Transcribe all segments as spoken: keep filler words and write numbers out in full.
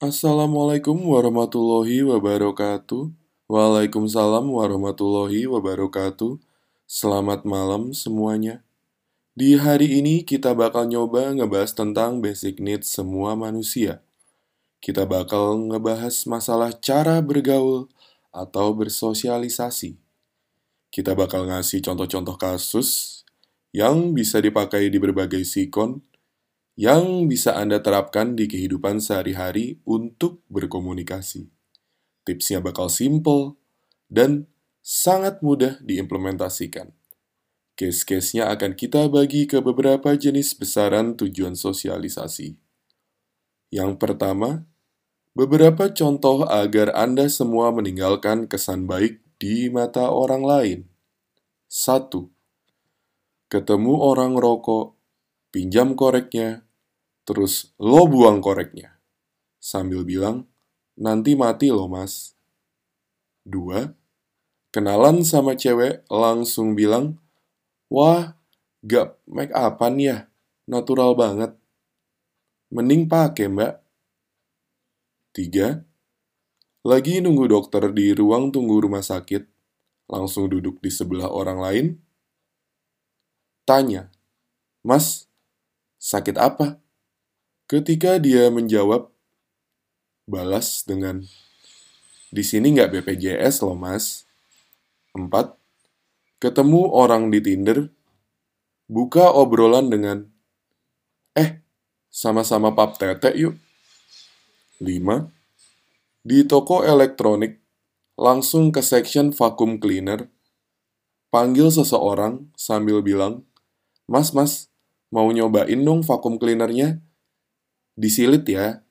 Assalamualaikum warahmatullahi wabarakatuh. Waalaikumsalam warahmatullahi wabarakatuh. Selamat malam semuanya. Di hari ini kita bakal nyoba ngebahas tentang basic needs semua manusia. Kita bakal ngebahas masalah cara bergaul atau bersosialisasi. Kita bakal ngasih contoh-contoh kasus yang bisa dipakai di berbagai sikon yang bisa Anda terapkan di kehidupan sehari-hari untuk berkomunikasi. Tipsnya bakal simple dan sangat mudah diimplementasikan. Case-case-nya akan kita bagi ke beberapa jenis besaran tujuan sosialisasi. Yang pertama, beberapa contoh agar Anda semua meninggalkan kesan baik di mata orang lain. Satu, ketemu orang rokok, pinjam koreknya, terus lo buang koreknya. Sambil bilang, nanti mati lo mas. Dua, kenalan sama cewek langsung bilang, wah, gak make upan ya, natural banget. Mending pake mbak. Tiga, lagi nunggu dokter di ruang tunggu rumah sakit, langsung duduk di sebelah orang lain. Tanya, mas, sakit apa? Ketika dia menjawab, balas dengan, di sini nggak B P J S loh mas. Empat, ketemu orang di Tinder, buka obrolan dengan, eh, sama-sama pap tete yuk. Lima, di toko elektronik, langsung ke section vacuum cleaner, panggil seseorang sambil bilang, mas, mas, mau nyobain dong vacuum cleanernya? Disilit ya.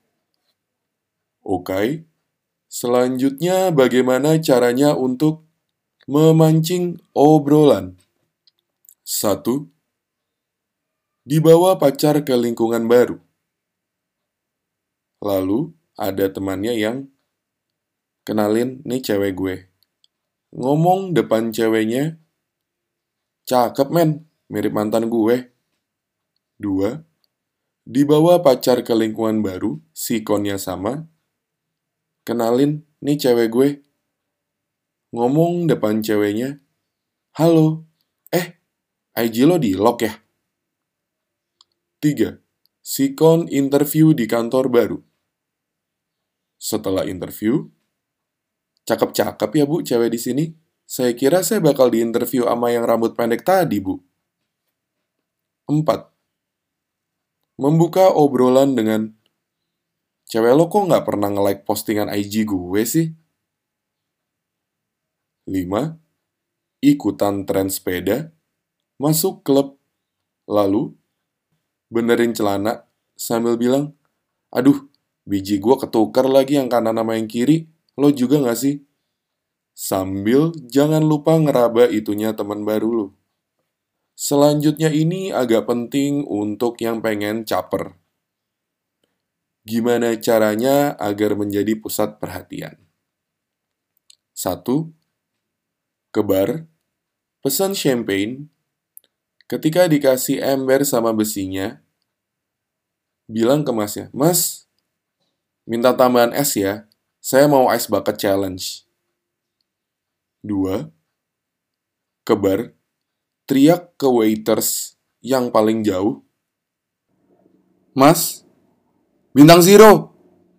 Oke, selanjutnya bagaimana caranya untuk memancing obrolan? Satu, dibawa pacar ke lingkungan baru. Lalu, ada temannya yang kenalin, nih cewek gue. Ngomong depan ceweknya, cakep men, mirip mantan gue. Dua, dibawa pacar ke lingkungan baru, sikonnya sama. Kenalin, nih cewek gue. Ngomong depan ceweknya, halo, eh, I G lo di lock ya? Tiga, sikon interview di kantor baru. Setelah interview, cakep-cakep ya bu cewek di sini. Saya kira saya bakal diinterview sama yang rambut pendek tadi bu. Empat, membuka obrolan dengan, cewek lo kok nggak pernah nge-like postingan I G gue sih? Lima, ikutan tren sepeda, masuk klub, lalu benerin celana sambil bilang, aduh, biji gue ketukar lagi yang kanan sama yang kiri, lo juga gak sih? Sambil jangan lupa ngeraba itunya teman baru lo. Selanjutnya ini agak penting untuk yang pengen caper. Gimana caranya agar menjadi pusat perhatian? Satu, ke bar, pesan champagne, ketika dikasih ember sama besinya, bilang ke masnya, mas, minta tambahan es ya, saya mau ice bucket challenge. Dua, ke bar, teriak ke waiters yang paling jauh, mas, bintang zero.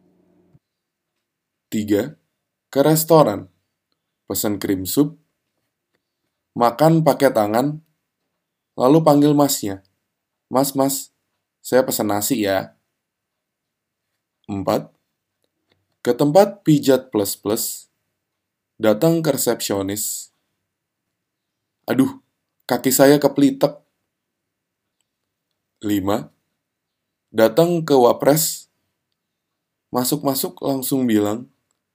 Tiga, ke restoran, pesan krim sup, makan pakai tangan, lalu panggil masnya, mas, mas, saya pesan nasi ya. Empat, ke tempat pijat plus-plus, datang ke resepsionis, aduh, kaki saya kepelitek. Lima, datang ke wapres, masuk-masuk langsung bilang,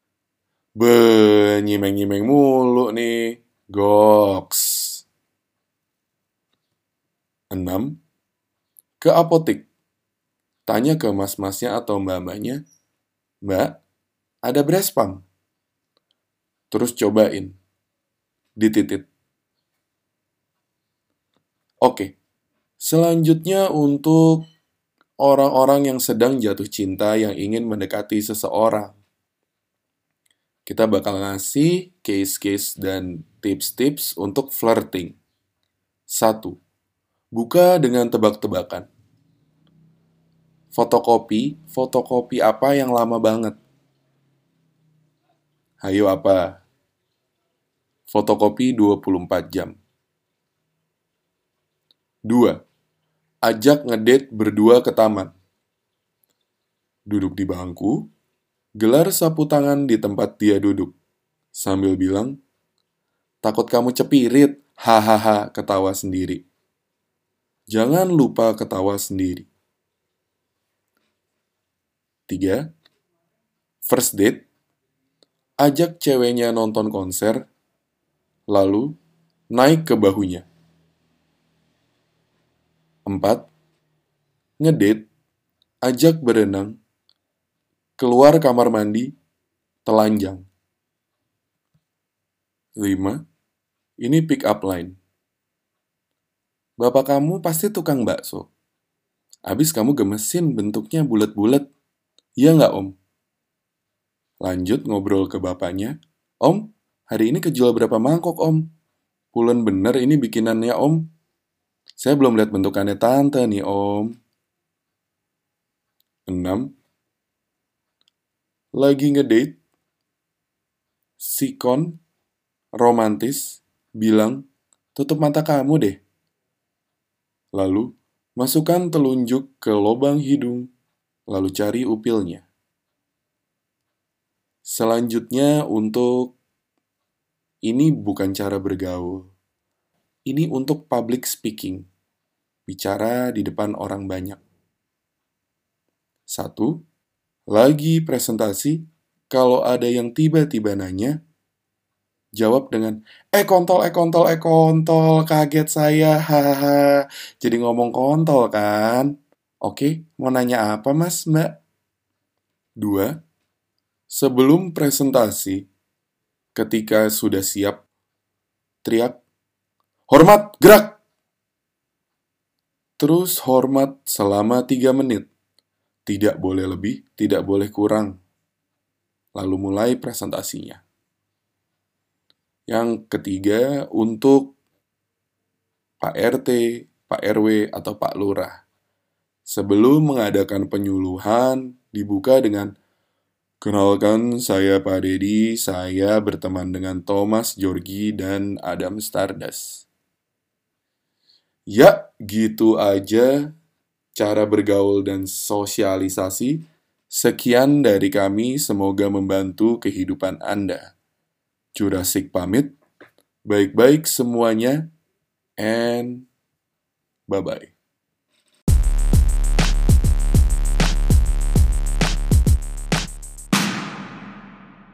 be, nyimeng-nyimeng mulu nih, goks. Enam, ke apotek, tanya ke mas-masnya atau mbak-mbaknya, mbak, ada brespam? Terus cobain, dititit. Oke, selanjutnya untuk orang-orang yang sedang jatuh cinta yang ingin mendekati seseorang. Kita bakal ngasih case-case dan tips-tips untuk flirting. Satu, buka dengan tebak-tebakan. Fotokopi, fotokopi apa yang lama banget? Hayo apa? Fotokopi dua puluh empat jam. Dua, ajak ngedate berdua ke taman. Duduk di bangku, gelar sapu tangan di tempat dia duduk, sambil bilang, takut kamu cepirit, hahaha, ketawa sendiri. Jangan lupa ketawa sendiri. Tiga, first date, ajak ceweknya nonton konser, lalu naik ke bahunya. Empat, ngedate, ajak berenang, keluar kamar mandi, telanjang. Lima, ini pick up line. Bapak kamu pasti tukang bakso. Abis kamu gemesin bentuknya bulat-bulat. Iya nggak, Om? Lanjut ngobrol ke bapaknya. Om, hari ini kejual berapa mangkok, Om? Pulen bener ini bikinannya, Om. Saya belum lihat bentukannya tante nih, Om. Enam, lagi ngedate, sikon, romantis, bilang, tutup mata kamu deh. Lalu, masukkan telunjuk ke lubang hidung, lalu cari upilnya. Selanjutnya untuk, ini bukan cara bergaul. Ini untuk public speaking, bicara di depan orang banyak. Satu, lagi presentasi, kalau ada yang tiba-tiba nanya, jawab dengan, eh kontol, eh kontol, eh kontol, kaget saya, hahaha. Jadi ngomong kontol kan? Oke, mau nanya apa mas, mbak? Dua, sebelum presentasi, ketika sudah siap, teriak, hormat, gerak! Terus hormat selama tiga menit. Tidak boleh lebih, tidak boleh kurang. Lalu mulai presentasinya. Yang ketiga, untuk Pak R T, Pak R W, atau Pak Lurah. Sebelum mengadakan penyuluhan, dibuka dengan, kenalkan saya Pak Dedi, saya berteman dengan Thomas Georgi dan Adam Stardust. Ya, gitu aja cara bergaul dan sosialisasi. Sekian dari kami, semoga membantu kehidupan Anda. Jurassic pamit, baik-baik semuanya, and bye-bye.